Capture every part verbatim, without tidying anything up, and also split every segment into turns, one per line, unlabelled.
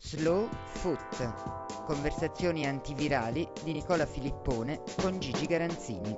Slow Foot, conversazioni antivirali di Nicola Filippone con Gigi Garanzini.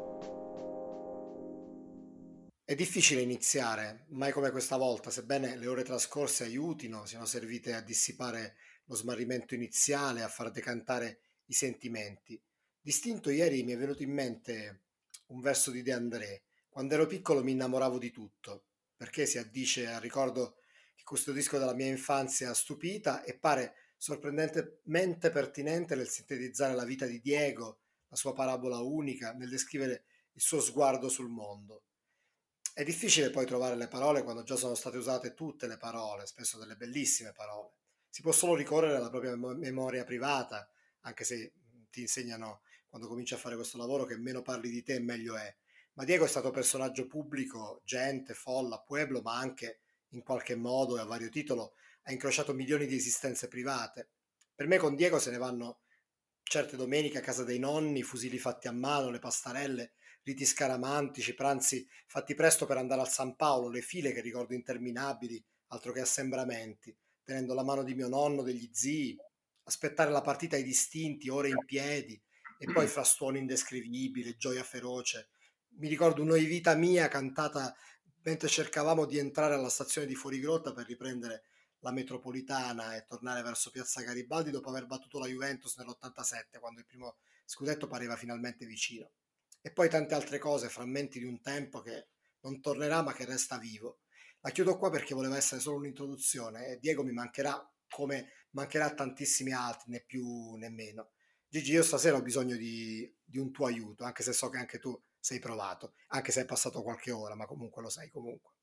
È difficile iniziare, mai come questa volta, sebbene le ore trascorse aiutino, siano servite a dissipare lo smarrimento iniziale, a far decantare i sentimenti. Distinto ieri mi è venuto in mente un verso di De André. Quando ero piccolo mi innamoravo di tutto, perché si addice al ricordo che custodisco della mia infanzia stupita e pare sorprendentemente pertinente nel sintetizzare la vita di Diego, la sua parabola unica, nel descrivere il suo sguardo sul mondo. È difficile poi trovare le parole quando già sono state usate tutte le parole, spesso delle bellissime parole. Si può solo ricorrere alla propria memo- memoria privata, anche se mh, ti insegnano quando cominci a fare questo lavoro che meno parli di te meglio è. Ma Diego è stato personaggio pubblico, gente, folla, pueblo, ma anche in qualche modo e a vario titolo ha incrociato milioni di esistenze private. Per me con Diego se ne vanno certe domeniche a casa dei nonni, fusilli fatti a mano, le pastarelle, riti scaramantici, pranzi fatti presto per andare al San Paolo, le file che ricordo interminabili, altro che assembramenti, tenendo la mano di mio nonno, degli zii, aspettare la partita ai distinti, ore in piedi, e poi frastuono indescrivibile, gioia feroce. Mi ricordo un'Oi vita mia cantata mentre cercavamo di entrare alla stazione di Fuorigrotta per riprendere la metropolitana e tornare verso Piazza Garibaldi dopo aver battuto la Juventus nell'ottantasette, quando il primo scudetto pareva finalmente vicino. E poi tante altre cose, frammenti di un tempo che non tornerà ma che resta vivo. La chiudo qua perché voleva essere solo un'introduzione e Diego mi mancherà come mancherà a tantissimi altri, né più né meno. Gigi, io stasera ho bisogno di, di un tuo aiuto, anche se so che anche tu sei provato, anche se è passato qualche ora, ma comunque lo sai comunque.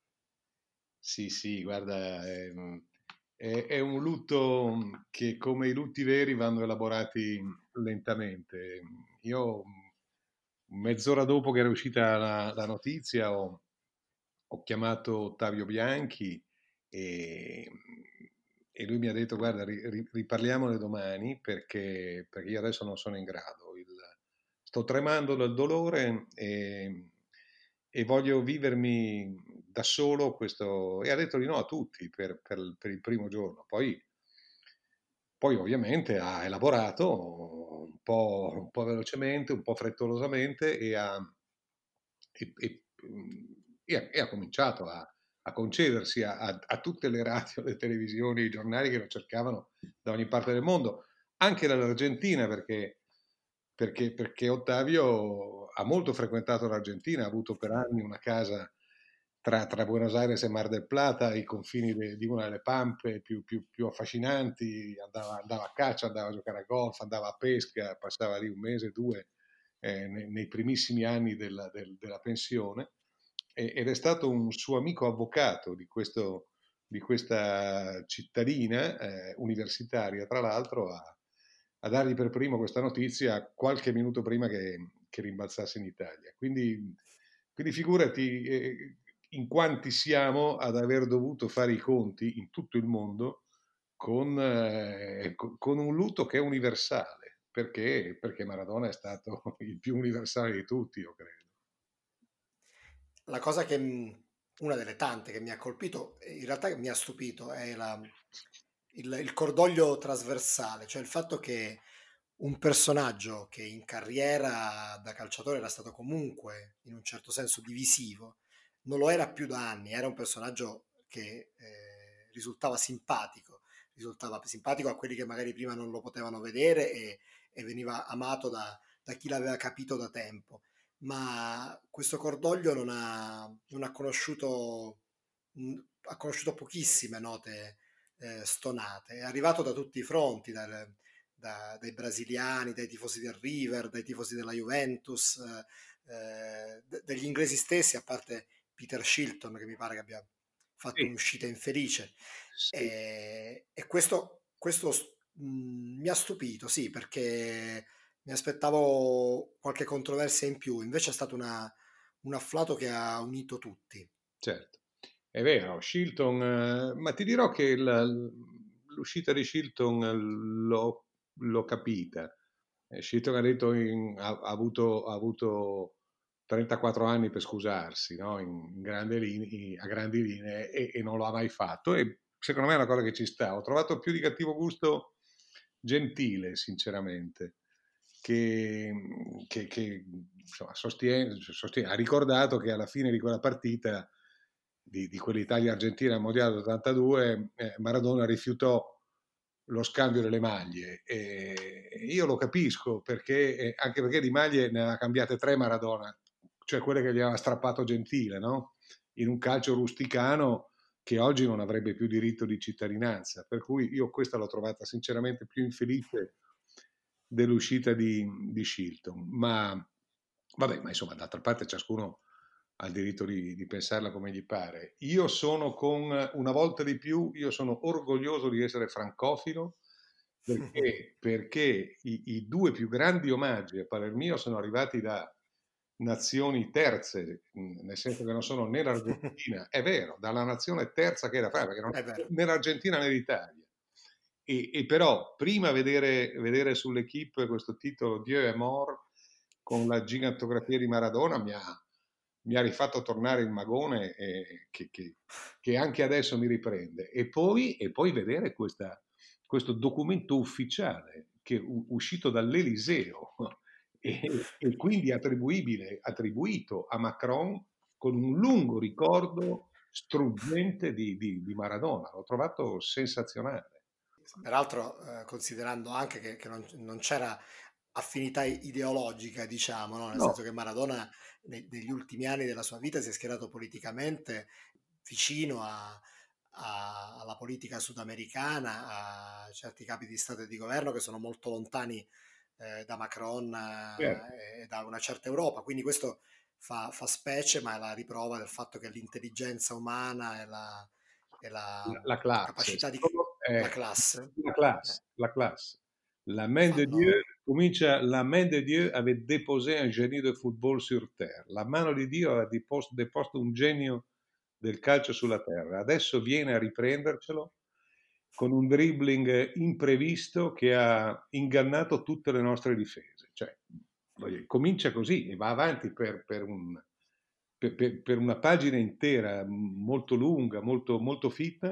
Sì, sì, guarda, ehm, è, è un lutto che come i lutti veri vanno elaborati lentamente. Io mezz'ora dopo che era uscita la, la notizia ho, ho chiamato Ottavio Bianchi e, e lui mi ha detto guarda, ri- ri- riparliamone domani perché, perché io adesso non sono in grado. Il- sto tremando dal dolore e, e voglio vivermi da solo questo. E ha detto di no a tutti per, per- per il primo giorno. Poi, poi ovviamente ha elaborato un po', un po' velocemente, un po' frettolosamente e ha, e, e, e ha, e ha cominciato a, a concedersi a, a, a tutte le radio, le televisioni, i giornali che lo cercavano da ogni parte del mondo, anche dall'Argentina, perché, perché, perché Ottavio ha molto frequentato l'Argentina, ha avuto per anni una casa tra, tra Buenos Aires e Mar del Plata, ai confini de, di una delle pampe più, più, più affascinanti, andava, andava, a caccia, andava a giocare a golf, andava a pesca, passava lì un mese, due, eh, nei, nei, primissimi anni della, del, della pensione, e, ed è stato un suo amico avvocato di questo di questa cittadina eh, universitaria, tra l'altro, a, a dargli per primo questa notizia qualche minuto prima che, che rimbalzasse in Italia. Quindi, quindi figurati eh, in quanti siamo ad aver dovuto fare i conti in tutto il mondo con, eh, con un lutto che è universale, perché, perché Maradona è stato il più universale di tutti, io credo.
La cosa che, mh, una delle tante che mi ha colpito, e in realtà che mi ha stupito, è la- il, il cordoglio trasversale, cioè il fatto che un personaggio che in carriera da calciatore era stato comunque in un certo senso divisivo, non lo era più da anni, era un personaggio che eh, risultava simpatico, risultava simpatico a quelli che magari prima non lo potevano vedere e, e veniva amato da da chi l'aveva capito da tempo, ma questo cordoglio non ha, non ha conosciuto, mh, ha conosciuto pochissime note eh, stonate. È arrivato da tutti i fronti, dal- da- dai brasiliani, dai tifosi del River, dai tifosi della Juventus, eh, eh, d- degli inglesi stessi, a parte Peter Shilton, che mi pare che abbia fatto
Sì,
un'uscita infelice.
sì.
E, e questo, questo mh, mi ha stupito, sì, perché mi aspettavo qualche controversia in più, invece è stato una- un afflato che ha unito tutti.
Certo, è vero, Shilton, eh, ma ti dirò che la- l'uscita di Shilton eh, l'ho, l'ho capita. Eh, Shilton ha detto in- ha, ha avuto, ha avuto trentaquattro anni per scusarsi, no? In, in grandi linee, a grandi linee e, e non lo ha mai fatto e secondo me è una cosa che ci sta. Ho trovato più di cattivo gusto gentile, sinceramente, che, che, che insomma, sostiene, sostiene, ha ricordato che alla fine di quella partita, di, di quell'Italia-Argentina al Mondiale ottantadue, eh, Maradona rifiutò lo scambio delle maglie, e io lo capisco, perché, eh, anche perché di maglie ne aveva cambiate tre Maradona, cioè quelle che gli aveva strappato Gentile, no? In un calcio rusticano che oggi non avrebbe più diritto di cittadinanza, per cui io questa l'ho trovata sinceramente più infelice dell'uscita di, di Shilton, ma vabbè, ma insomma, d'altra parte ciascuno ha il diritto di, di pensarla come gli pare. Io sono con, una volta di più, io sono orgoglioso di essere francofilo, perché, perché i, i due più grandi omaggi a parer mio sono arrivati da nazioni terze, nel senso che non sono né l'Argentina, è vero, dalla nazione terza che era Francia, perché non
È
è
vero.
né l'Argentina né l'Italia. E, e però prima vedere, vedere sull'equipe questo titolo Dieu est mort con la gigantografia di Maradona mi ha, mi ha rifatto tornare il magone, eh, che, che, che anche adesso mi riprende. E poi, e poi vedere questa, questo documento ufficiale che è uscito dall'Eliseo e, e quindi attribuibile, attribuito a Macron, con un lungo ricordo struggente di, di, di Maradona. L'ho trovato sensazionale.
Peraltro, eh, considerando anche che, che non, non c'era affinità ideologica, diciamo, no? Nel
No,
senso che Maradona ne- negli ultimi anni della sua vita si è schierato politicamente vicino a- a- alla politica sudamericana, a certi capi di Stato e di governo che sono molto lontani eh, da Macron
certo.
eh, e da una certa Europa. Quindi questo fa, fa specie, ma è la riprova del fatto che l'intelligenza umana e la, e la
La, la classe,
capacità di la
è
classe
la
eh,
classe, la classe. La main de Dieu
fanno
comincia, la main de Dieu avait déposé un génie de football sur terre. La mano di Dio ha deposto, deposto un genio del calcio sulla terra. Adesso viene a riprendercelo con un dribbling imprevisto che ha ingannato tutte le nostre difese. Cioè, comincia così e va avanti per, per un, per, per, per una pagina intera, molto lunga, molto, molto fitta,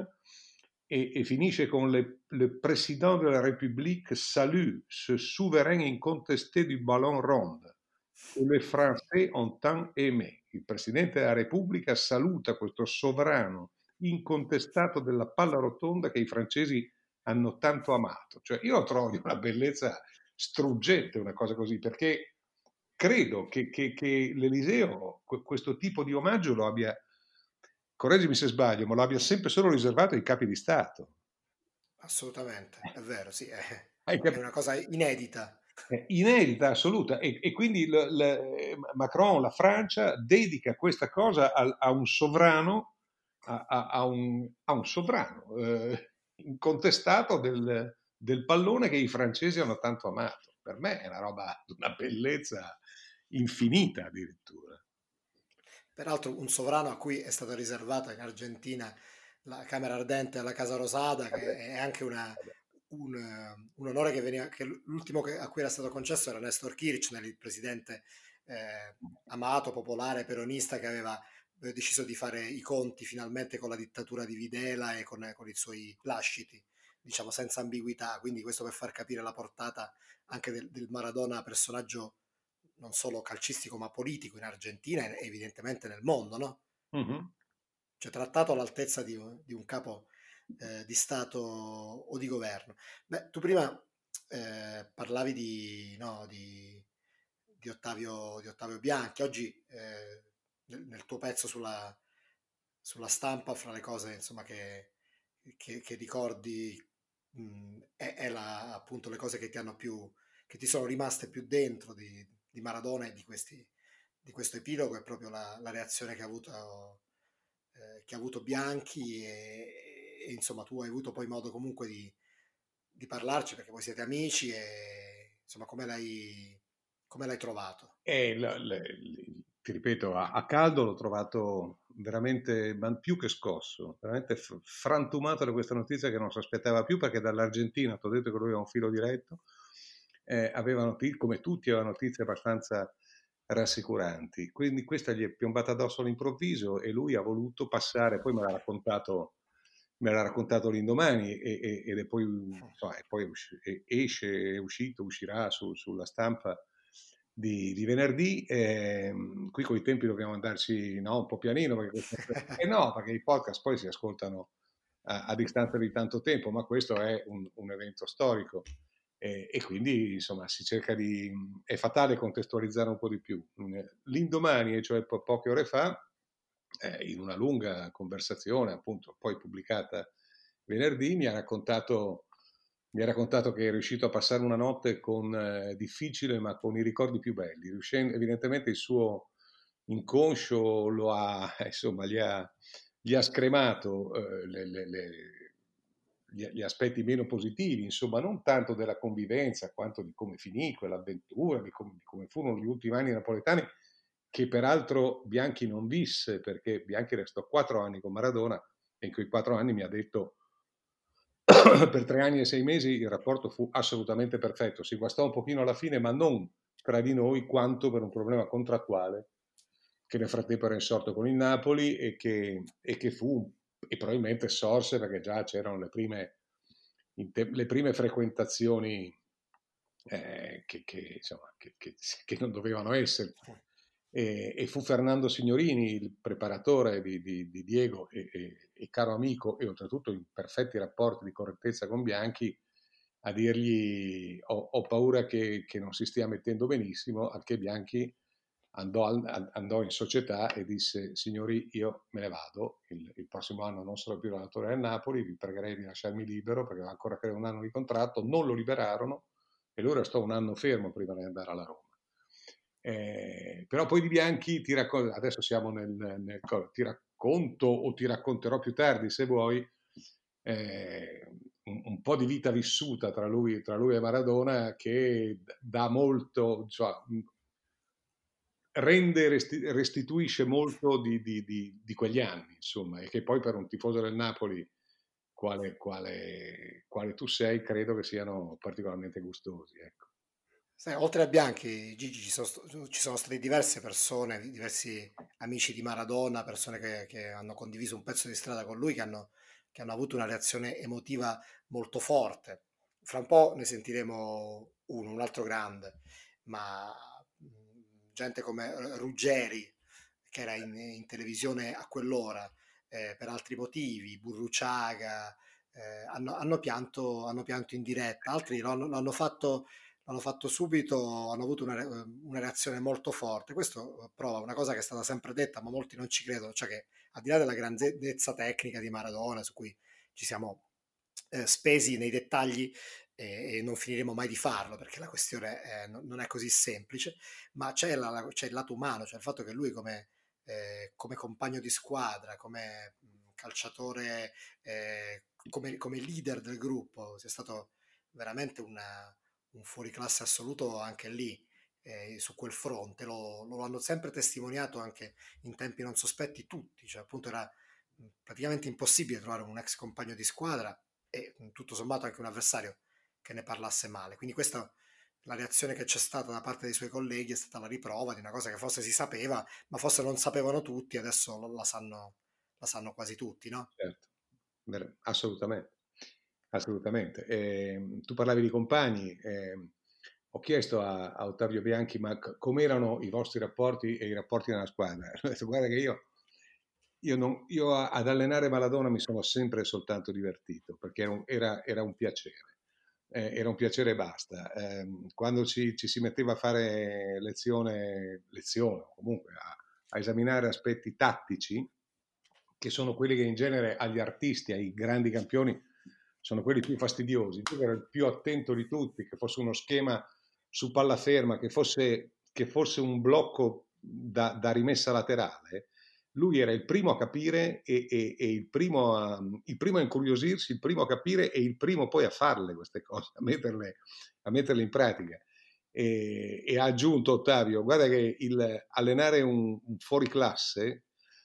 e, e finisce con le, le Président de la République salue ce souverain incontesté du ballon ronde que les Français ont tant aimé. Il Presidente della Repubblica saluta questo sovrano incontestato della palla rotonda che i francesi hanno tanto amato. Cioè, io lo trovo di una bellezza struggente una cosa così, perché credo che, che, che l'Eliseo questo tipo di omaggio lo abbia, correggimi se sbaglio, ma lo abbia sempre solo riservato ai capi di Stato.
assolutamente, è vero, sì, è,
Hai
è
capito?
una cosa inedita.
È inedita, assoluta, e, e quindi l, l, Macron, la Francia, dedica questa cosa a, a un sovrano, a, a, a, un, a un sovrano eh, incontestato del, del pallone che i francesi hanno tanto amato. Per me è una roba di una bellezza infinita addirittura.
Peraltro un sovrano a cui è stata riservata in Argentina la Camera Ardente alla Casa Rosada, che
Vabbè,
è anche una,
vabbè.
un, eh, un onore che veniva, che l'ultimo che- a cui era stato concesso era Nestor Kirchner, il presidente eh, amato, popolare, peronista che aveva eh, deciso di fare i conti finalmente con la dittatura di Videla e con, con i suoi lasciti, diciamo senza ambiguità. Quindi questo per far capire la portata anche del, del Maradona, personaggio non solo calcistico ma politico in Argentina e evidentemente nel mondo, no?
Mhm.
Cioè trattato all'altezza di, di un capo eh, di Stato o di governo. Beh, tu prima eh, parlavi di, no, di, di Ottavio, di Ottavio Bianchi, oggi eh, nel, nel tuo pezzo sulla, sulla stampa, fra le cose insomma, che, che, che ricordi, mh, è, è la, appunto le cose che ti hanno più, che ti sono rimaste più dentro di, di Maradona e di questi, di questo epilogo, è proprio la, la reazione che ha avuto, eh, che ha avuto Bianchi e, e, insomma tu hai avuto poi modo comunque di, di parlarci perché voi siete amici e insomma come l'hai, come l'hai trovato?
E l- l- ti ripeto, a, a caldo l'ho trovato veramente, ma più che scosso, veramente f- frantumato da questa notizia che non si aspettava più, perché dall'Argentina, ti ho detto che lui ha un filo diretto, eh, aveva notizie, come tutti, aveva notizie abbastanza rassicuranti. Quindi questa gli è piombata addosso all'improvviso e lui ha voluto passare, poi me l'ha raccontato me l'ha raccontato l'indomani e, e, ed è poi, insomma, è poi usci- esce, è uscito, uscirà su, sulla stampa di, di venerdì. Eh, qui con i tempi dobbiamo andarci, no, un po' pianino, perché, eh no, perché i podcast poi si ascoltano a, a distanza di tanto tempo, ma questo è un, un evento storico. E, e quindi insomma si cerca di... è fatale contestualizzare un po' di più. L'indomani, e cioè po- poche ore fa, eh, in una lunga conversazione, appunto, poi pubblicata venerdì, mi ha raccontato, mi ha raccontato che è riuscito a passare una notte con, eh, difficile, ma con i ricordi più belli. Riuscendo, evidentemente il suo inconscio lo ha, insomma, gli ha, gli ha scremato eh, le, le, le, gli, gli aspetti meno positivi, insomma, non tanto della convivenza quanto di come finì quell'avventura, di come, di come furono gli ultimi anni napoletani, che peraltro Bianchi non visse, perché Bianchi restò quattro anni con Maradona e in quei quattro anni mi ha detto per tre anni e sei mesi il rapporto fu assolutamente perfetto, si guastò un pochino alla fine, ma non tra di noi quanto per un problema contrattuale che nel frattempo era insorto con il Napoli e che, e che fu, e probabilmente sorse perché già c'erano le prime, le prime frequentazioni eh, che, che, insomma, che, che, che non dovevano essere. E, e fu Fernando Signorini, il preparatore di, di, di Diego e, e, e caro amico, e oltretutto in perfetti rapporti di correttezza con Bianchi, a dirgli ho, ho paura che, che non si stia mettendo benissimo, al che Bianchi andò, al, andò in società e disse: signori, io me ne vado, il, il prossimo anno non sarò più allenatore del Napoli, vi pregherei di lasciarmi libero perché aveva ancora credo un anno di contratto. Non lo liberarono e lui restò un anno fermo prima di andare alla Roma. Eh, però poi di Bianchi ti racconto, adesso siamo nel, nel, ti racconto o ti racconterò più tardi se vuoi eh, un, un po' di vita vissuta tra lui, tra lui e Maradona che dà molto, cioè, rende, resti, restituisce molto di, di, di, di quegli anni, insomma, e che poi per un tifoso del Napoli quale, quale, quale tu sei, credo che siano particolarmente gustosi, ecco.
Sai, oltre a Bianchi, Gigi, ci sono, st- ci sono state diverse persone, diversi amici di Maradona, persone che, che hanno condiviso un pezzo di strada con lui, che hanno, che hanno avuto una reazione emotiva molto forte. Fra un po' ne sentiremo uno, un altro grande, ma mh, gente come eh, Ruggeri, che era in, in televisione a quell'ora, eh, per altri motivi, Burruciaga, eh, hanno, hanno pianto, hanno pianto in diretta, altri lo hanno, lo hanno fatto l'hanno fatto subito, hanno avuto una, re- una reazione molto forte. Questo eh, prova una cosa che è stata sempre detta, ma molti non ci credono, cioè che al di là della grandezza tecnica di Maradona, su cui ci siamo eh, spesi nei dettagli e, e non finiremo mai di farlo, perché la questione è- non non è così semplice, ma c'è, la- la- c'è il lato umano, cioè il fatto che lui come, eh, come compagno di squadra, come mh, calciatore, eh, come, come leader del gruppo, sia stato veramente una un fuoriclasse assoluto anche lì, eh, su quel fronte, lo, lo hanno sempre testimoniato anche in tempi non sospetti tutti, cioè appunto era mh, praticamente impossibile trovare un ex compagno di squadra e mh, tutto sommato anche un avversario che ne parlasse male. Quindi questa, la reazione che c'è stata da parte dei suoi colleghi è stata la riprova di una cosa che forse si sapeva, ma forse non sapevano tutti, adesso la sanno, la sanno quasi tutti, no?
Certo, Ver- assolutamente, assolutamente. Eh, tu parlavi di compagni, eh, ho chiesto a, a Ottavio Bianchi ma c- com'erano i vostri rapporti e i rapporti nella squadra. Ho detto, guarda che io, io, non, io a- ad allenare Maradona mi sono sempre soltanto divertito, perché era un, era, era un piacere. Eh, era un piacere e basta. Eh, quando ci, ci si metteva a fare lezione, lezione o comunque a, a esaminare aspetti tattici, che sono quelli che in genere agli artisti, ai grandi campioni, sono quelli più fastidiosi. Lui era il più attento di tutti, che fosse uno schema su palla ferma, che fosse, che fosse un blocco da, da rimessa laterale. Lui era il primo a capire e, e, e il, primo a, il primo a incuriosirsi, il primo a capire e il primo poi a farle queste cose, a metterle, a metterle in pratica. E, e ha aggiunto Ottavio, guarda che il, allenare un, un fuoriclasse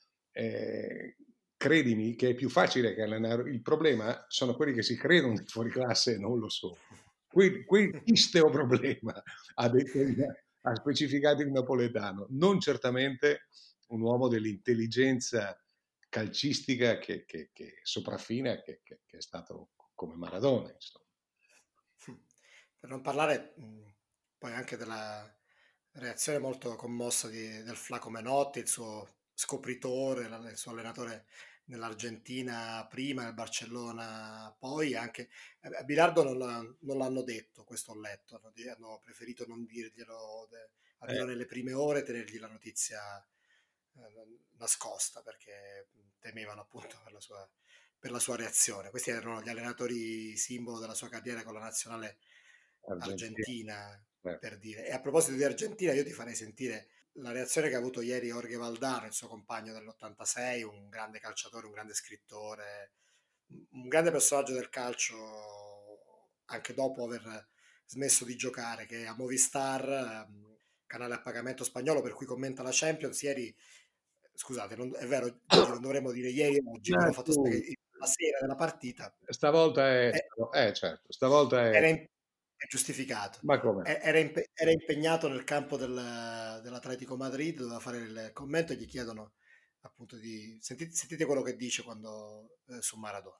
eh, credimi che è più facile che allenare. Il problema sono quelli che si credono di fuori classe e non lo sono. Qui, qui isteo problema, ha, detto, ha specificato il napoletano, non certamente un uomo dell'intelligenza calcistica che, che, che sopraffina, che, che, che è stato come Maradona, insomma.
Per non parlare mh, poi anche della reazione molto commossa di, del Flaco Menotti, il suo scopritore, la- il suo allenatore nell'Argentina prima, nel Barcellona poi, anche a Bilardo non, l'ha- non l'hanno detto, questo ho letto, hanno, di- hanno preferito non dirglielo de- almeno
Eh,
nelle prime ore, tenergli la notizia eh, nascosta perché temevano appunto per la sua, per la sua reazione. Questi erano gli allenatori simbolo della sua carriera con la nazionale
Argentina,
argentina,
eh,
per dire. E a proposito di Argentina, io ti farei sentire la reazione che ha avuto ieri Jorge Valdano, il suo compagno dell'ottantasei, un grande calciatore, un grande scrittore, un grande personaggio del calcio, anche dopo aver smesso di giocare, che è a Movistar, ehm, canale a pagamento spagnolo, per cui commenta la Champions. Ieri, scusate, non, è vero, Gigi, non dovremmo dire ieri o oggi, però
ma
ho fatto
tu,
spiegare la sera della partita.
stavolta è,
Eh,
eh, certo, stavolta è,
era in- è giustificato.
ma come no?
E- Era, impe- era impegnato nel campo del- dell'Atletico Madrid, doveva fare il commento e gli chiedono appunto di... Sentite, sentite quello che dice quando eh, su Maradona.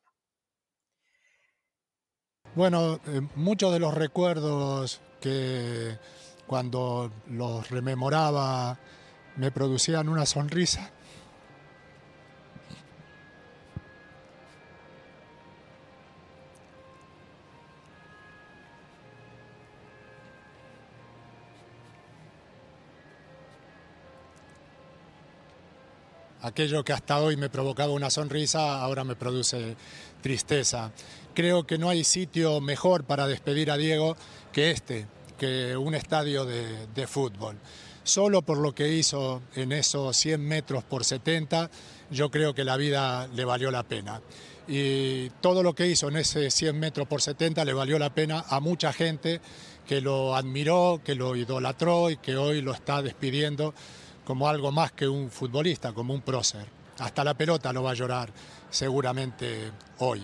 Bueno, eh, muchos de los recuerdos que cuando los rememoraba me producían una sonrisa. Aquello que hasta hoy me provocaba una sonrisa, ahora me produce tristeza. Creo que no hay sitio mejor para despedir a Diego que este, que un estadio de, de fútbol. Solo por lo que hizo en esos cien metros por setenta, yo creo que la vida le valió la pena. Y todo lo que hizo en ese cien metros por setenta le valió la pena a mucha gente que lo admiró, que lo idolatró y que hoy lo está despidiendo como algo más que un futbolista, como un prócer. Hasta la pelota lo va a llorar seguramente hoy.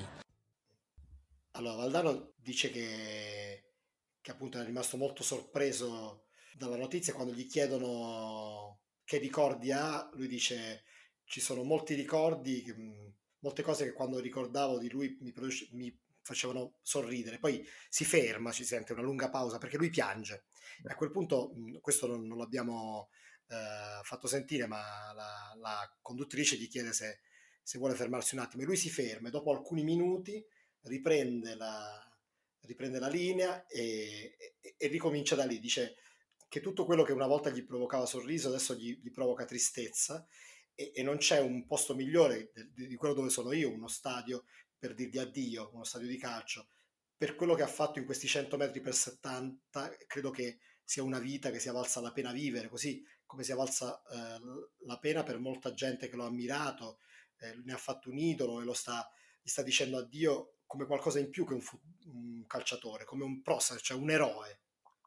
Allora, Valdano dice che, che appunto è rimasto molto sorpreso dalla notizia quando gli chiedono che ricordi ha, lui dice ci sono molti ricordi, che, mh, molte cose che quando ricordavo di lui mi, produce- mi facevano sorridere. Poi si ferma, ci sente una lunga pausa perché lui piange. E a quel punto, mh, questo non, non l'abbiamo eh, fatto sentire, ma la, la conduttrice gli chiede se, se vuole fermarsi un attimo e lui si ferma e dopo alcuni minuti riprende la, riprende la linea e, e, e ricomincia da lì. Dice che tutto quello che una volta gli provocava sorriso adesso gli, gli provoca tristezza e, e non c'è un posto migliore di, di quello dove sono io, uno stadio per dirgli addio, uno stadio di calcio. Per quello che ha fatto in questi cento metri per settanta, credo che sia una vita che sia valsa la pena vivere, così come sia valsa eh, la pena per molta gente che lo ha ammirato, eh, ne ha fatto un idolo e lo sta, gli sta dicendo addio come qualcosa in più che un, fu- un calciatore, come un procer, cioè un eroe.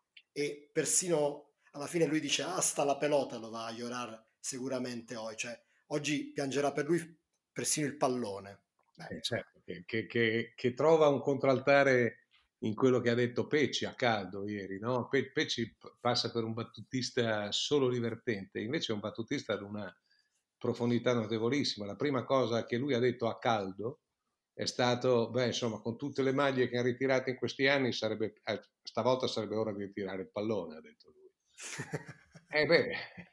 E persino alla fine lui dice hasta la pelota lo va a llorar sicuramente oggi, cioè oggi piangerà per lui persino il pallone. Beh,
Eh,
insomma,
certo, che, che- che- che trova un contraltare in quello che ha detto Pecci a caldo ieri, no? Pe- Pecci p- passa per un battutista solo divertente, invece è un battutista ad una profondità notevolissima. La prima cosa che lui ha detto a caldo è stato, beh, insomma, con tutte le maglie che ha ritirato in questi anni, sarebbe, eh, stavolta sarebbe ora di tirare il pallone, ha detto lui. Eh beh,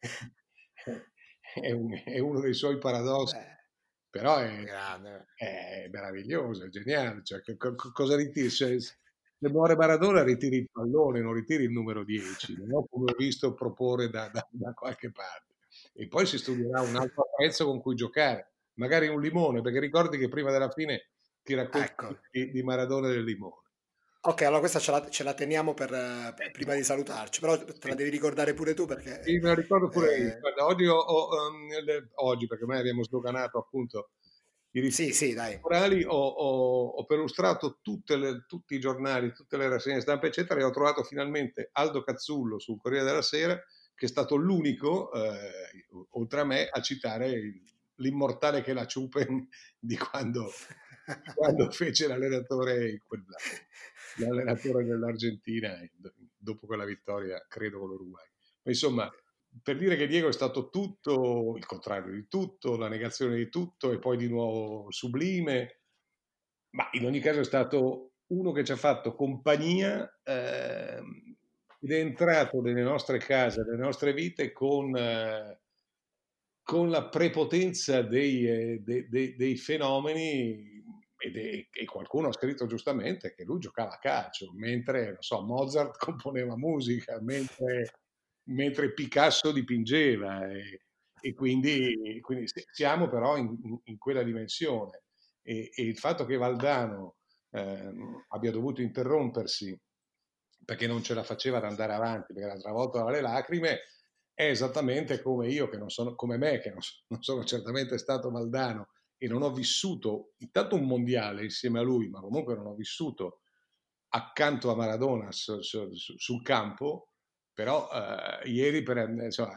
è, un- è uno dei suoi paradossi,
beh,
però è,
grande.
è meraviglioso, è geniale. Cioè, che- co- cosa ritiri? Cioè, se muore Maradona ritiri il pallone, non ritiri il numero dieci, no? Come ho visto proporre da, da- da qualche parte. E poi si studierà un altro attrezzo con cui giocare, magari un limone, perché ricordi che prima della fine ti racconto
Ecco.
di, di Maradona e del limone.
Ok, allora questa ce la, ce la teniamo per, eh, prima di salutarci, però te la
Sì.
devi ricordare pure tu
Sì,
perché...
me lo ricordo pure io.
eh,
Guarda, oggi, ho, ho, um, le- oggi, perché ormai abbiamo sdoganato appunto i
sì,
riferimenti
sì, dai.
temporali, ho, ho- ho perlustrato tutte le- tutti i giornali, tutte le rassegne stampa, eccetera, e ho trovato finalmente Aldo Cazzullo sul Corriere della Sera, che è stato l'unico, eh, oltre a me, a citare il- l'immortale che la Ciupen di quando, di quando fece l'allenatore, in quella- l'allenatore dell'Argentina, dopo quella vittoria, credo, con l'Uruguay. Insomma, per dire che Diego è stato tutto, il contrario di tutto, la negazione di tutto e poi di nuovo sublime, ma in ogni caso è stato uno che ci ha fatto compagnia ehm, ed è entrato nelle nostre case, nelle nostre vite con, eh, con la prepotenza dei, eh, de- de- dei fenomeni ed è- e qualcuno ha scritto giustamente che lui giocava a calcio, mentre non so, Mozart componeva musica, mentre, mentre Picasso dipingeva e, e quindi, quindi si- siamo però in, in- in quella dimensione e, e il fatto che Valdano ehm, abbia dovuto interrompersi perché non ce la faceva ad andare avanti, perché era travolto dalle lacrime, è esattamente come io, che non sono, come me, che non sono, non sono certamente stato Valdano e non ho vissuto intanto un mondiale insieme a lui, ma comunque non ho vissuto accanto a Maradona su, su, su, sul campo, però eh, ieri per, insomma,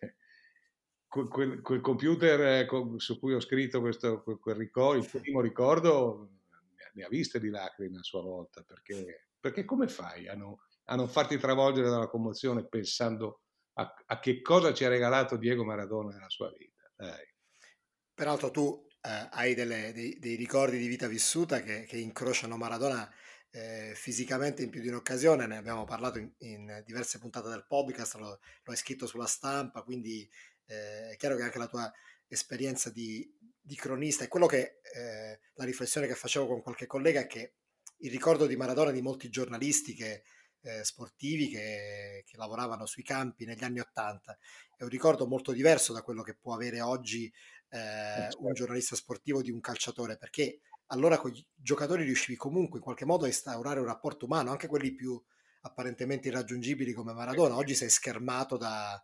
quel, quel, computer eh, su cui ho scritto questo, quel, quel ricordo, il primo ricordo, ne ha viste di lacrime a sua volta, perché, perché come fai a non, a non farti travolgere dalla commozione pensando a, a che cosa ci ha regalato Diego Maradona nella sua vita? Dai.
Peraltro tu eh, hai delle- dei, dei ricordi di vita vissuta che, che incrociano Maradona eh, fisicamente in più di un'occasione, ne abbiamo parlato in, in diverse puntate del podcast, lo, lo hai scritto sulla stampa, quindi eh, è chiaro che anche la tua esperienza di, di cronista è quello che eh, la riflessione che facevo con qualche collega è che il ricordo di Maradona di molti giornalisti che, eh, sportivi che, che lavoravano sui campi negli anni Ottanta è un ricordo molto diverso da quello che può avere oggi eh, un giornalista sportivo di un calciatore, perché allora con i giocatori riuscivi comunque in qualche modo a instaurare un rapporto umano, anche quelli più apparentemente irraggiungibili come Maradona. Oggi sei schermato da,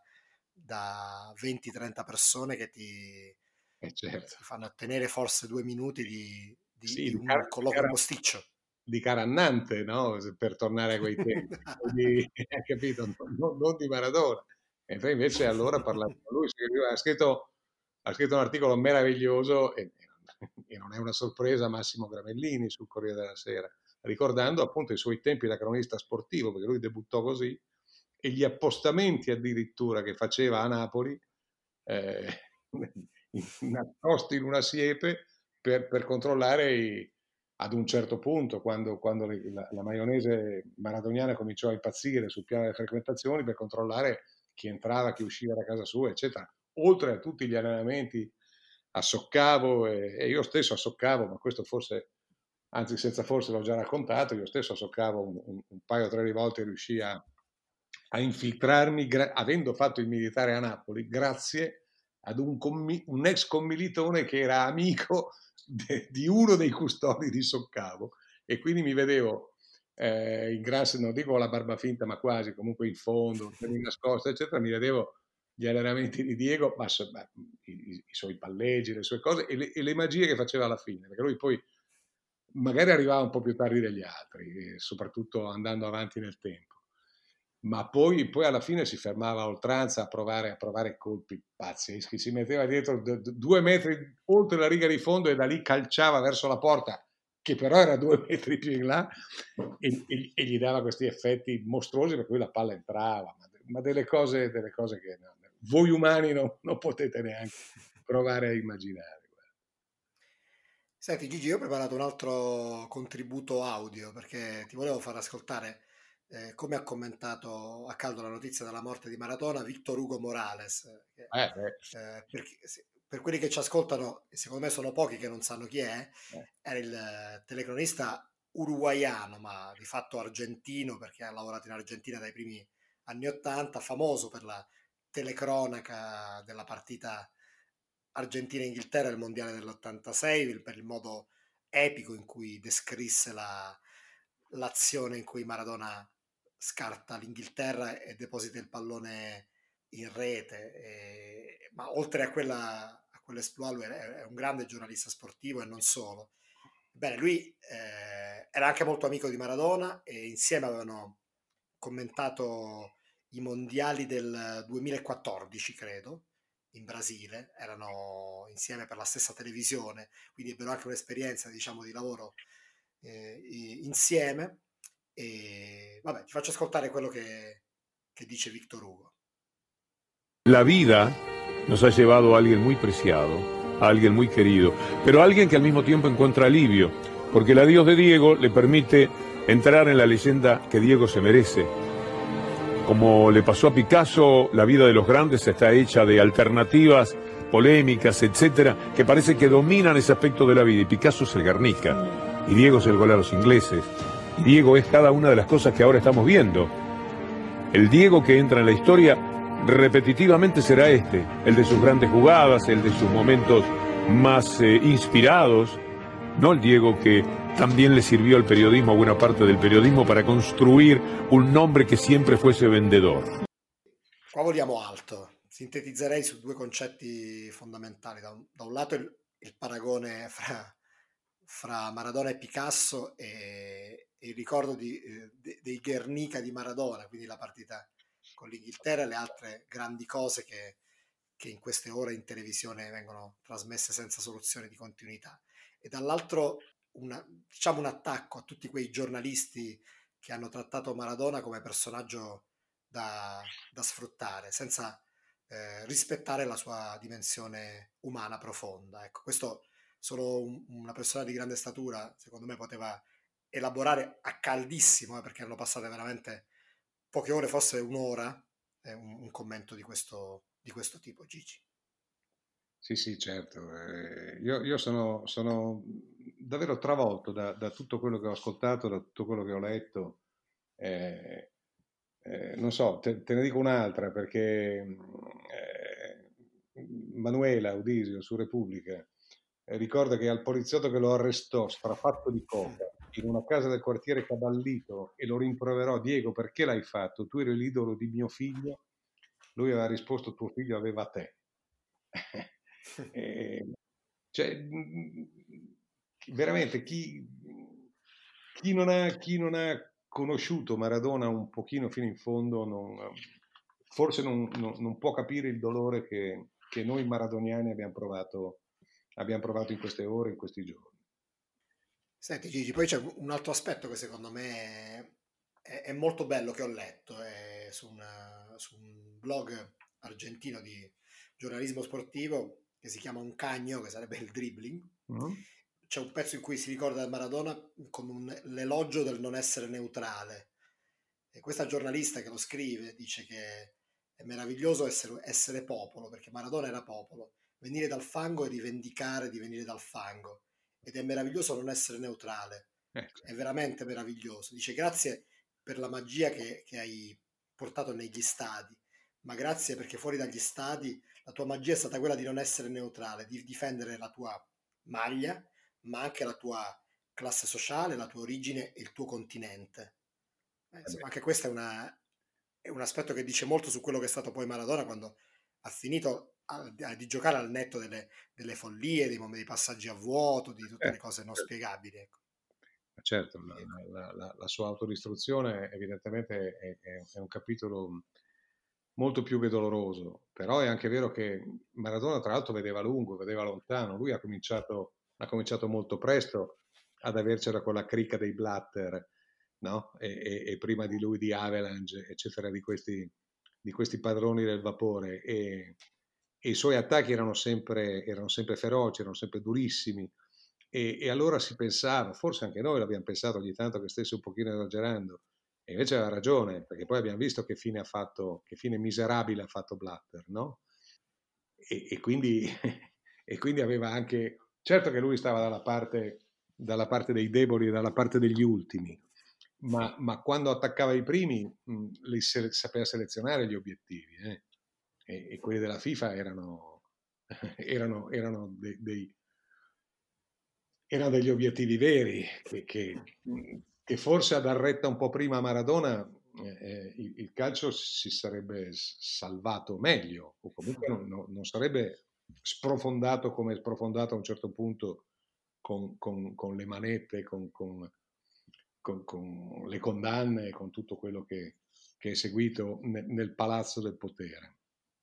da venti trenta persone che ti,
Eh, certo.
ti fanno ottenere forse due minuti di, di,
Sì,
di
di,
un
car- di
colloquio
cara-
posticcio.
di Carannante, no? Per tornare a quei tempi, di, hai capito? Non, non- non di Maradona. E poi invece allora parlando con lui, ha scritto, ha scritto un articolo meraviglioso e, e non è una sorpresa, Massimo Gramellini sul Corriere della Sera, ricordando appunto i suoi tempi da cronista sportivo, perché lui debuttò così, e gli appostamenti addirittura che faceva a Napoli, eh, nascosti in una siepe per, per controllare i, ad un certo punto, quando, quando la, la maionese maradoniana cominciò a impazzire sul piano delle frequentazioni, per controllare chi entrava, chi usciva da casa sua, eccetera. Oltre a tutti gli allenamenti a Soccavo, e, e io stesso a Soccavo, ma questo forse, anzi senza forse l'ho già raccontato, io stesso a Soccavo un, un, un paio o tre di volte riuscì a, a infiltrarmi, gra- avendo fatto il militare a Napoli, grazie ad un, commi- un ex commilitone che era amico de- di uno dei custodi di Soccavo e quindi mi vedevo eh, in gran, non dico la barba finta, ma quasi, comunque in fondo, semi nascosta, eccetera, mi vedevo gli allenamenti di Diego, ma, so- ma i, i, i suoi palleggi, le sue cose e le, e le magie che faceva alla fine, perché lui poi magari arrivava un po' più tardi degli altri, soprattutto andando avanti nel tempo, ma poi, poi alla fine si fermava a oltranza a provare, a provare colpi pazzeschi, si metteva dietro d- d- due metri oltre la riga di fondo e da lì calciava verso la porta, che però era due metri più in là, e, e- e gli dava questi effetti mostruosi per cui la palla entrava, ma, ma delle, cose, delle cose che no, voi umani non, non potete neanche provare a immaginare.
Senti Gigi, io ho preparato un altro contributo audio perché ti volevo far ascoltare eh, come ha commentato a caldo la notizia della morte di Maradona Victor Hugo Morales, eh, che,
Eh, beh,
eh, per, chi- se- per quelli che ci ascoltano, e secondo me sono pochi che non sanno chi è,
eh,
era il eh, telecronista uruguaiano, ma di fatto argentino perché ha lavorato in Argentina dai primi anni Ottanta, famoso per la telecronaca della partita Argentina-Inghilterra il mondiale dell'ottantasei per il modo epico in cui descrisse la, l'azione in cui Maradona scarta l'Inghilterra e deposita il pallone in rete. E, ma oltre a, quella, a quell'esploit, lui è, è un grande giornalista sportivo e non solo. Bene, lui eh, era anche molto amico di Maradona e insieme avevano commentato i mondiali del duemilaquattordici, credo, in Brasile, erano insieme per la stessa televisione, quindi ebbero anche un'esperienza, diciamo, di lavoro eh, insieme. E vabbè, ti faccio ascoltare quello che, che dice Victor Hugo.
La vida nos ha llevado a alguien muy preciado, a alguien muy querido, pero a alguien que al mismo tiempo encuentra alivio, porque el adiós de Diego le permite entrar en la leyenda que Diego se merece. Como le pasó a Picasso, la vida de los grandes está hecha de alternativas, polémicas, etcétera, que parece que dominan ese aspecto de la vida. Y Picasso es el Guernica, y Diego es el gol a los ingleses, y Diego es cada una de las cosas que ahora estamos viendo. El Diego que entra en la historia repetitivamente será este, el de sus grandes jugadas, el de sus momentos más eh, inspirados, no el Diego que también le sirvió al periodismo, a buena parte del periodismo, para construir un nombre che sempre fuese vendedor.
Qua voliamo alto. Sintetizzerei su due concetti fondamentali. Da un, da un lato il, il paragone fra, fra Maradona e Picasso e, e il ricordo di, eh, de, dei Guernica di Maradona, quindi la partita con l'Inghilterra e le altre grandi cose che, che in queste ore in televisione vengono trasmesse senza soluzione di continuità. E dall'altro una, diciamo un attacco a tutti quei giornalisti che hanno trattato Maradona come personaggio da, da sfruttare, senza eh, rispettare la sua dimensione umana profonda. Ecco, questo solo un, una persona di grande statura, secondo me, poteva elaborare a caldissimo, eh, perché erano passate veramente poche ore, forse un'ora, eh, un, un commento di questo, di questo tipo, Gigi.
Sì, sì, certo. Eh, io, io sono, sono davvero travolto da, da tutto quello che ho ascoltato, da tutto quello che ho letto. Eh, eh, non so, te, te ne dico un'altra perché eh, Manuela Audisio su Repubblica eh, ricorda che al poliziotto che lo arrestò strafatto di coca in una casa del quartiere Caballito e lo rimproverò: Diego, perché l'hai fatto? Tu eri l'idolo di mio figlio. Lui aveva risposto: tuo figlio aveva te. Eh, cioè, veramente chi, chi, non ha, chi non ha conosciuto Maradona un pochino fino in fondo non, forse non, non, non può capire il dolore che, che noi maradoniani abbiamo provato, abbiamo provato in queste ore, in questi giorni.
Senti Gigi, poi c'è un altro aspetto che secondo me è, è molto bello, che ho letto è su, una, su un blog argentino di giornalismo sportivo che si chiama Un Cagno, che sarebbe il dribbling. Mm-hmm. C'è un pezzo in cui si ricorda Maradona con un, l'elogio del non essere neutrale, e questa giornalista che lo scrive dice che è meraviglioso essere, essere popolo, perché Maradona era popolo, venire dal fango e rivendicare di venire dal fango, ed è meraviglioso non essere neutrale, eh. È veramente meraviglioso. Dice: grazie per la magia che, che hai portato negli stadi, ma grazie perché fuori dagli stadi la tua magia è stata quella di non essere neutrale, di difendere la tua maglia, ma anche la tua classe sociale, la tua origine e il tuo continente. Eh, insomma, anche questo è, una, è un aspetto che dice molto su quello che è stato poi Maradona quando ha finito a, a, di giocare al netto delle, delle follie, dei, dei passaggi a vuoto, di tutte eh, le cose non spiegabili. Ecco.
Certo, la, la, la, la sua autodistruzione evidentemente è, è, è un capitolo molto più che doloroso, però è anche vero che Maradona tra l'altro vedeva lungo, vedeva lontano. Lui ha cominciato, ha cominciato molto presto ad avercela con la cricca dei Blatter, no? E, e, e prima di lui di Avalanche, eccetera, di questi, di questi padroni del vapore, e, e i suoi attacchi erano sempre, erano sempre feroci, erano sempre durissimi, e, e allora si pensava, forse anche noi l'abbiamo pensato ogni tanto che stesse un pochino esagerando, e invece aveva ragione, perché poi abbiamo visto che fine ha fatto, che fine miserabile ha fatto Blatter, no? E, e, quindi, e quindi aveva anche, certo che lui stava dalla parte, dalla parte dei deboli e dalla parte degli ultimi, ma, ma quando attaccava i primi mh, li se, sapeva selezionare gli obiettivi, eh? e, e quelli della FIFA erano, erano, erano, dei, dei, erano degli obiettivi veri, che, che che forse a dar retta un po' prima a Maradona eh, il, il calcio si sarebbe salvato meglio, o comunque non, non sarebbe sprofondato come è sprofondato a un certo punto con, con, con le manette, con, con, con, con le condanne, con tutto quello che, che è seguito nel, nel palazzo del potere.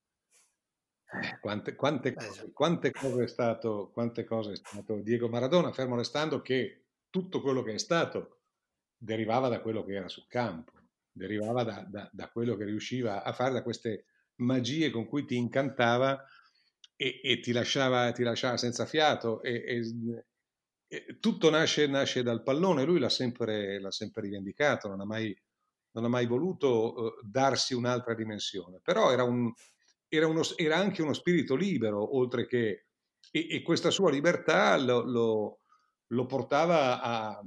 Quante, quante, cose, quante, cose è stato, quante cose è stato Diego Maradona, fermo restando che tutto quello che è stato derivava da quello che era sul campo, derivava da, da, da quello che riusciva a fare, da queste magie con cui ti incantava e, e ti, lasciava, ti lasciava senza fiato. E, e, e tutto nasce, nasce dal pallone. Lui l'ha sempre, l'ha sempre rivendicato, non ha mai, non ha mai voluto uh, darsi un'altra dimensione. Però era, un, era, uno, era anche uno spirito libero, oltre che... E, e questa sua libertà lo, lo, lo portava a...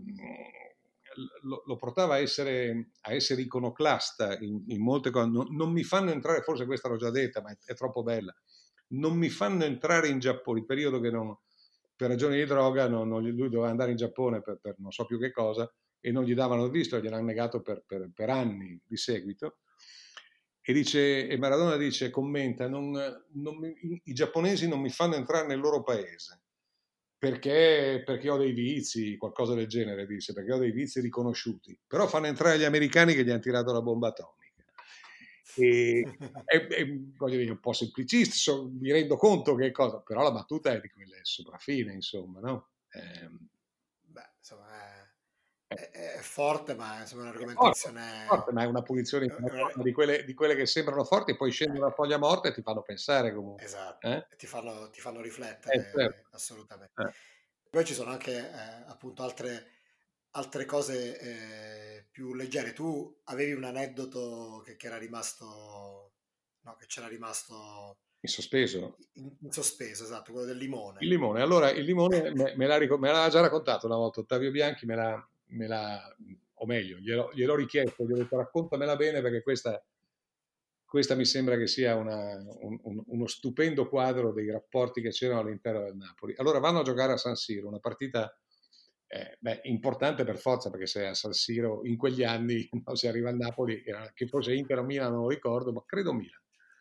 Lo, lo portava a essere, a essere iconoclasta in, in molte cose. Non, non mi fanno entrare, forse questa l'ho già detta, ma è, è troppo bella. Non mi fanno entrare in Giappone, il periodo che non, per ragioni di droga non, non, lui doveva andare in Giappone per, per non so più che cosa e non gli davano il visto, gliel'hanno negato per, per, per anni di seguito. E, dice, e Maradona dice, commenta, non, non mi, i, i giapponesi non mi fanno entrare nel loro paese. Perché, perché ho dei vizi, qualcosa del genere, dice, perché ho dei vizi riconosciuti. Però fanno entrare gli americani che gli hanno tirato la bomba atomica. E, è, è, voglio dire, un po' semplicista, so, mi rendo conto che cosa, però la battuta è di quelle sopraffine, insomma, no? Eh,
Beh, insomma, è, è, è forte, ma insomma, è un'argomentazione...
È forte, forte, ma è una punizione di quelle, di quelle che sembrano forti e poi scendono a foglia morta e ti fanno pensare comunque.
Esatto,
eh?
ti, fanno, ti fanno riflettere,
eh, certo.
assolutamente.
Eh.
Poi ci sono anche eh, appunto altre, altre cose eh, più leggere. Tu avevi un aneddoto che, che era rimasto, no, che c'era rimasto
in sospeso.
In, in sospeso, esatto, quello del limone.
Il limone, allora il limone me, me, l'ha, me l'ha già raccontato una volta Ottavio Bianchi, me l'ha, me l'ha o meglio, gliel'ho, gliel'ho richiesto, gli ho detto raccontamela bene perché questa, questa mi sembra che sia una, un, un, uno stupendo quadro dei rapporti che c'erano all'interno del Napoli. Allora vanno a giocare a San Siro, una partita eh, beh, importante per forza perché se a San Siro in quegli anni no, si arriva a Napoli, era, che fosse Inter o Milan non lo ricordo, ma credo Milan.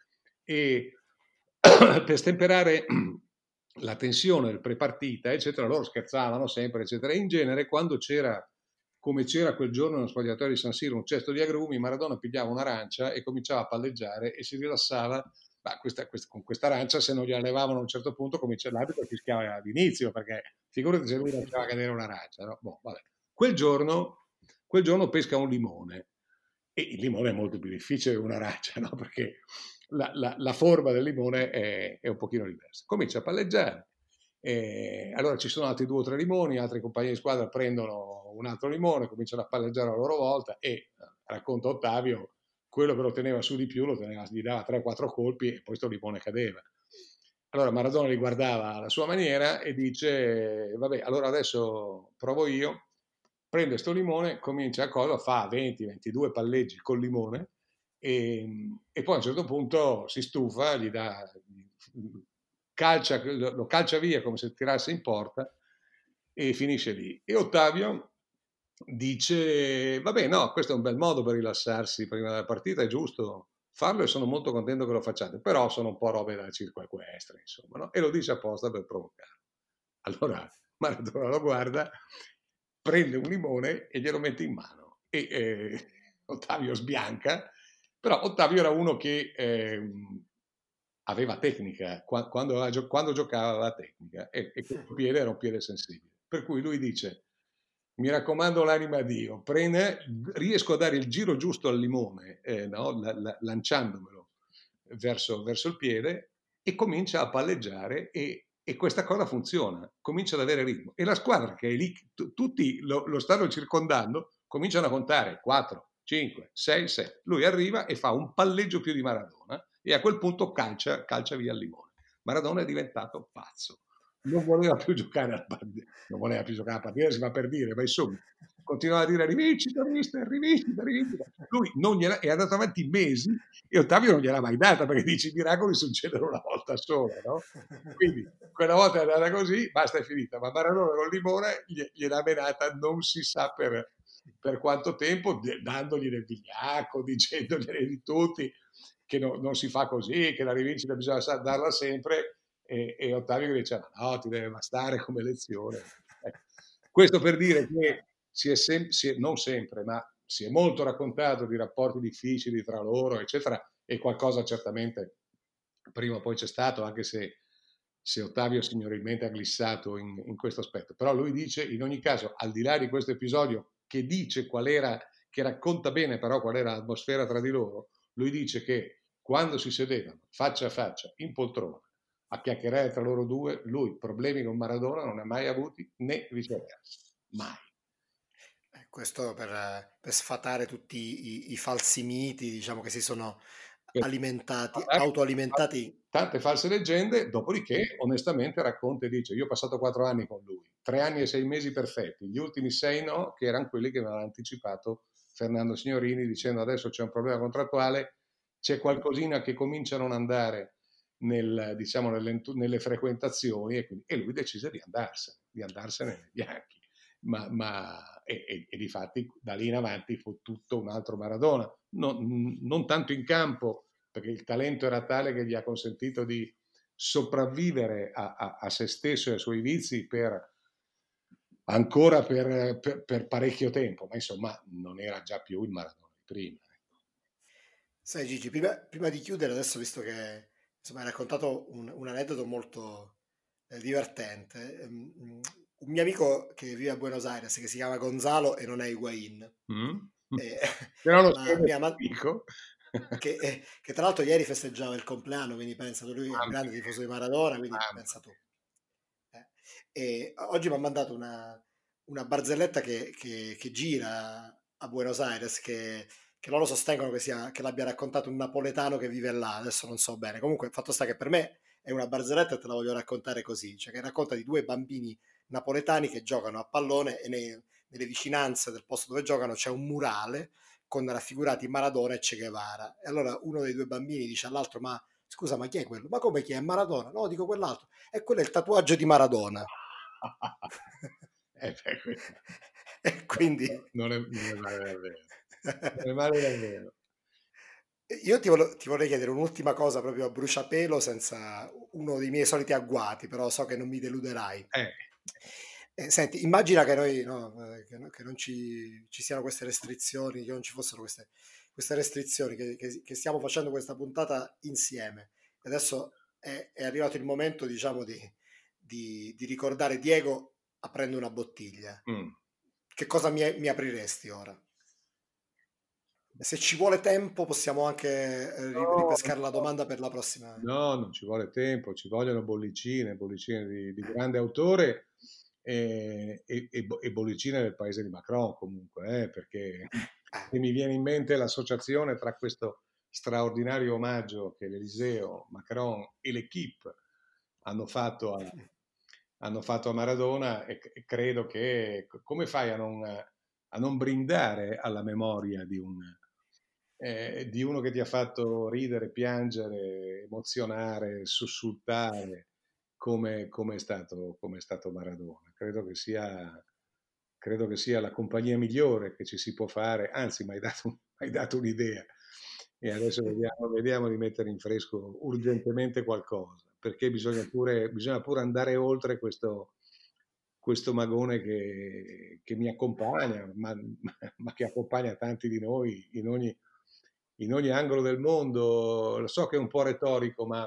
E per stemperare la tensione del prepartita, eccetera, loro scherzavano sempre, eccetera. E in genere, quando c'era, come c'era quel giorno nello spogliatoio di San Siro, un cesto di agrumi, Maradona pigliava un'arancia e cominciava a palleggiare e si rilassava. Ma questa, questa, con questa arancia, se non gliela levavano a un certo punto, comincia l'arbitro fischiava all'inizio, perché figurati se lui lasciava cadere un'arancia. No? Boh, vabbè. Quel giorno, quel giorno pesca un limone. E il limone è molto più difficile che un'arancia, no? Perché la, la, la forma del limone è, è un pochino diversa. Comincia a palleggiare, eh, allora ci sono altri due o tre limoni, altri compagni di squadra prendono un altro limone, cominciano a palleggiare a loro volta e, racconta Ottavio, quello che lo teneva su di più lo teneva, gli dava tre quattro colpi e poi questo limone cadeva. Allora Maradona li guardava alla sua maniera e dice, vabbè, allora adesso provo io, prende sto limone, comincia a cosa, fa venti ventidue palleggi col limone e, e poi a un certo punto si stufa, gli dà, calcia, lo calcia via come se tirasse in porta e finisce lì. E Ottavio dice, vabbè no, questo è un bel modo per rilassarsi prima della partita, è giusto farlo e sono molto contento che lo facciate, però sono un po' robe da circo equestre, insomma, no? E lo dice apposta per provocare. Allora Maradona lo guarda, prende un limone e glielo mette in mano e eh, Ottavio sbianca, però Ottavio era uno che eh, aveva tecnica, quando, aveva, quando giocava aveva tecnica e, e questo piede era un piede sensibile, per cui lui dice, mi raccomando l'anima a Dio, prende, riesco a dare il giro giusto al limone, eh, no? la, la, lanciandomelo verso, verso il piede e comincia a palleggiare e E questa cosa funziona, comincia ad avere ritmo. E la squadra che è lì, t- tutti lo, lo stanno circondando, cominciano a contare quattro, cinque, sei, sette. Lui arriva e fa un palleggio più di Maradona e a quel punto calcia, calcia via il limone. Maradona è diventato pazzo. Non voleva più giocare alla partita, non voleva più giocare alla partita, si fa per dire, ma insomma, continuava a dire rivincita, mister, rivincita, rivincita. Lui non gliela, è andato avanti mesi e Ottavio non gliel'ha mai data perché dice i miracoli succedono una volta sola, no? Quindi quella volta è andata così, basta, è finita. Ma Maradona con limone gliel'ha menata non si sa per, per quanto tempo, dandogli del vigliacco, dicendogliene di tutti che no, non si fa così, che la rivincita bisogna darla sempre. E, e Ottavio che diceva no, ti deve bastare come lezione. Eh. Questo per dire che si è, sem- si è non sempre, ma si è molto raccontato di rapporti difficili tra loro, eccetera, e qualcosa certamente prima o poi c'è stato, anche se, se Ottavio signorilmente ha glissato in, in questo aspetto. Però lui dice, in ogni caso, al di là di questo episodio che dice qual era, che racconta bene però qual era l'atmosfera tra di loro, lui dice che quando si sedevano faccia a faccia in poltrona a chiacchierare tra loro due, lui problemi con Maradona non ne ha mai avuti, né viceversa, mai.
Eh, Questo per, per sfatare tutti i, i falsi miti, diciamo, che si sono
Per
alimentati,
parlare
autoalimentati.
tante false leggende, dopodiché onestamente racconta e dice: io ho passato quattro anni con lui, tre anni e sei mesi perfetti, gli ultimi sei no, che erano quelli che mi aveva anticipato Fernando Signorini dicendo adesso c'è un problema contrattuale, c'è qualcosina che comincia a non andare nel, diciamo, nelle, nelle frequentazioni e, quindi, e lui decise di andarsene, di andarsene nei bianchi. Ma, ma e, e, e difatti da lì in avanti fu tutto un altro Maradona, non, non tanto in campo, perché il talento era tale che gli ha consentito di sopravvivere a, a, a se stesso e ai suoi vizi per ancora per, per, per parecchio tempo, ma insomma non era già più il Maradona di prima.
Sai Gigi, prima, prima di chiudere, adesso visto che insomma, hai raccontato un, un aneddoto molto eh, divertente, ehm, un mio amico che vive a Buenos Aires, che si chiama Gonzalo e non è Higuaín,
Mm?
eh,
Però lo
ma, mi ha man-
dico.
che, eh, che tra l'altro ieri festeggiava il compleanno, quindi pensa, lui è un grande tifoso di Maradona, quindi pensa tu. Eh, E oggi mi ha mandato una, una barzelletta che, che- che gira a Buenos Aires, che, che loro sostengono che, sia, che l'abbia raccontato un napoletano che vive là, adesso non so bene. Comunque, il fatto sta che per me è una barzelletta e te la voglio raccontare così, cioè che racconta di due bambini napoletani che giocano a pallone e nei- nelle vicinanze del posto dove giocano c'è un murale con raffigurati Maradona e Che Guevara. E allora uno dei due bambini dice all'altro, ma scusa, ma chi è quello? Ma come chi è? Maradona? No, dico quell'altro. E quello è il tatuaggio di Maradona.
Eh beh, questo
E quindi
non è, non è male davvero. Non è male davvero.
io ti, vole- ti vorrei chiedere un'ultima cosa proprio a bruciapelo, senza uno dei miei soliti agguati, però so che non mi deluderai.
Eh,
Eh, senti, immagina che noi no, eh, che, no- che non ci, ci siano queste restrizioni, che non ci fossero queste, queste restrizioni, che, che- che stiamo facendo questa puntata insieme. E adesso è, è arrivato il momento, diciamo, di, di- di ricordare Diego aprendo una bottiglia.
mm.
Che cosa mi, mi apriresti ora? Se ci vuole tempo, possiamo anche eh, ri-
No,
ripescare la domanda per la prossima.
no, non ci vuole tempo, ci vogliono bollicine, bollicine di, di grande autore e, e, e bo- e bollicine del paese di Macron comunque, eh, perché
Eh,
e mi viene in mente l'associazione tra questo straordinario omaggio che l'Eliseo, Macron e l'Equipe hanno fatto a, hanno fatto a Maradona e, e credo che come fai a non, a non brindare alla memoria di un eh, di uno che ti ha fatto ridere, piangere, emozionare, sussultare, come, come è stato, come è stato Maradona. Credo che sia, credo che sia la compagnia migliore che ci si può fare, anzi, mi hai dato, hai dato un'idea. E adesso vediamo, vediamo di mettere in fresco urgentemente qualcosa, perché bisogna pure, bisogna pure andare oltre questo, questo magone che, che mi accompagna, ma, ma che accompagna tanti di noi in ogni, in ogni angolo del mondo. Lo so che è un po' retorico, ma,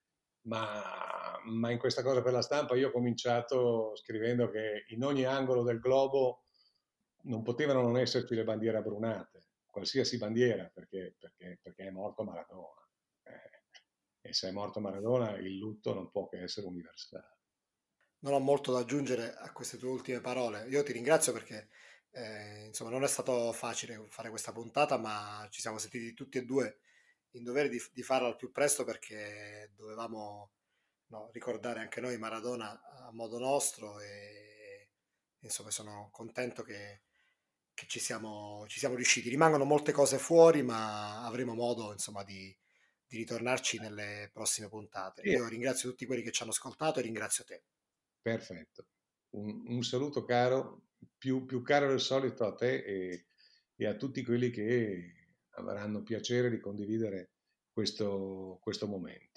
ma, ma in questa cosa per la stampa io ho cominciato scrivendo che in ogni angolo del globo non potevano non esserci le bandiere abbrunate, qualsiasi bandiera, perché, perché, perché è morto Maradona. Eh, e se è morto Maradona il lutto non può che essere universale.
Non ho molto da aggiungere a queste tue ultime parole. Io ti ringrazio perché eh, insomma non è stato facile fare questa puntata, ma ci siamo sentiti tutti e due in dovere di, di farla al più presto perché dovevamo no, ricordare anche noi Maradona a modo nostro e insomma sono contento che, che ci siamo, ci siamo riusciti. Rimangono molte cose fuori, ma avremo modo insomma di, di ritornarci nelle prossime puntate.
Sì,
Io ringrazio tutti quelli che ci hanno ascoltato e ringrazio te.
perfetto. Un, un saluto caro, più, più caro del solito a te e, e a tutti quelli che avranno piacere di condividere questo, questo momento.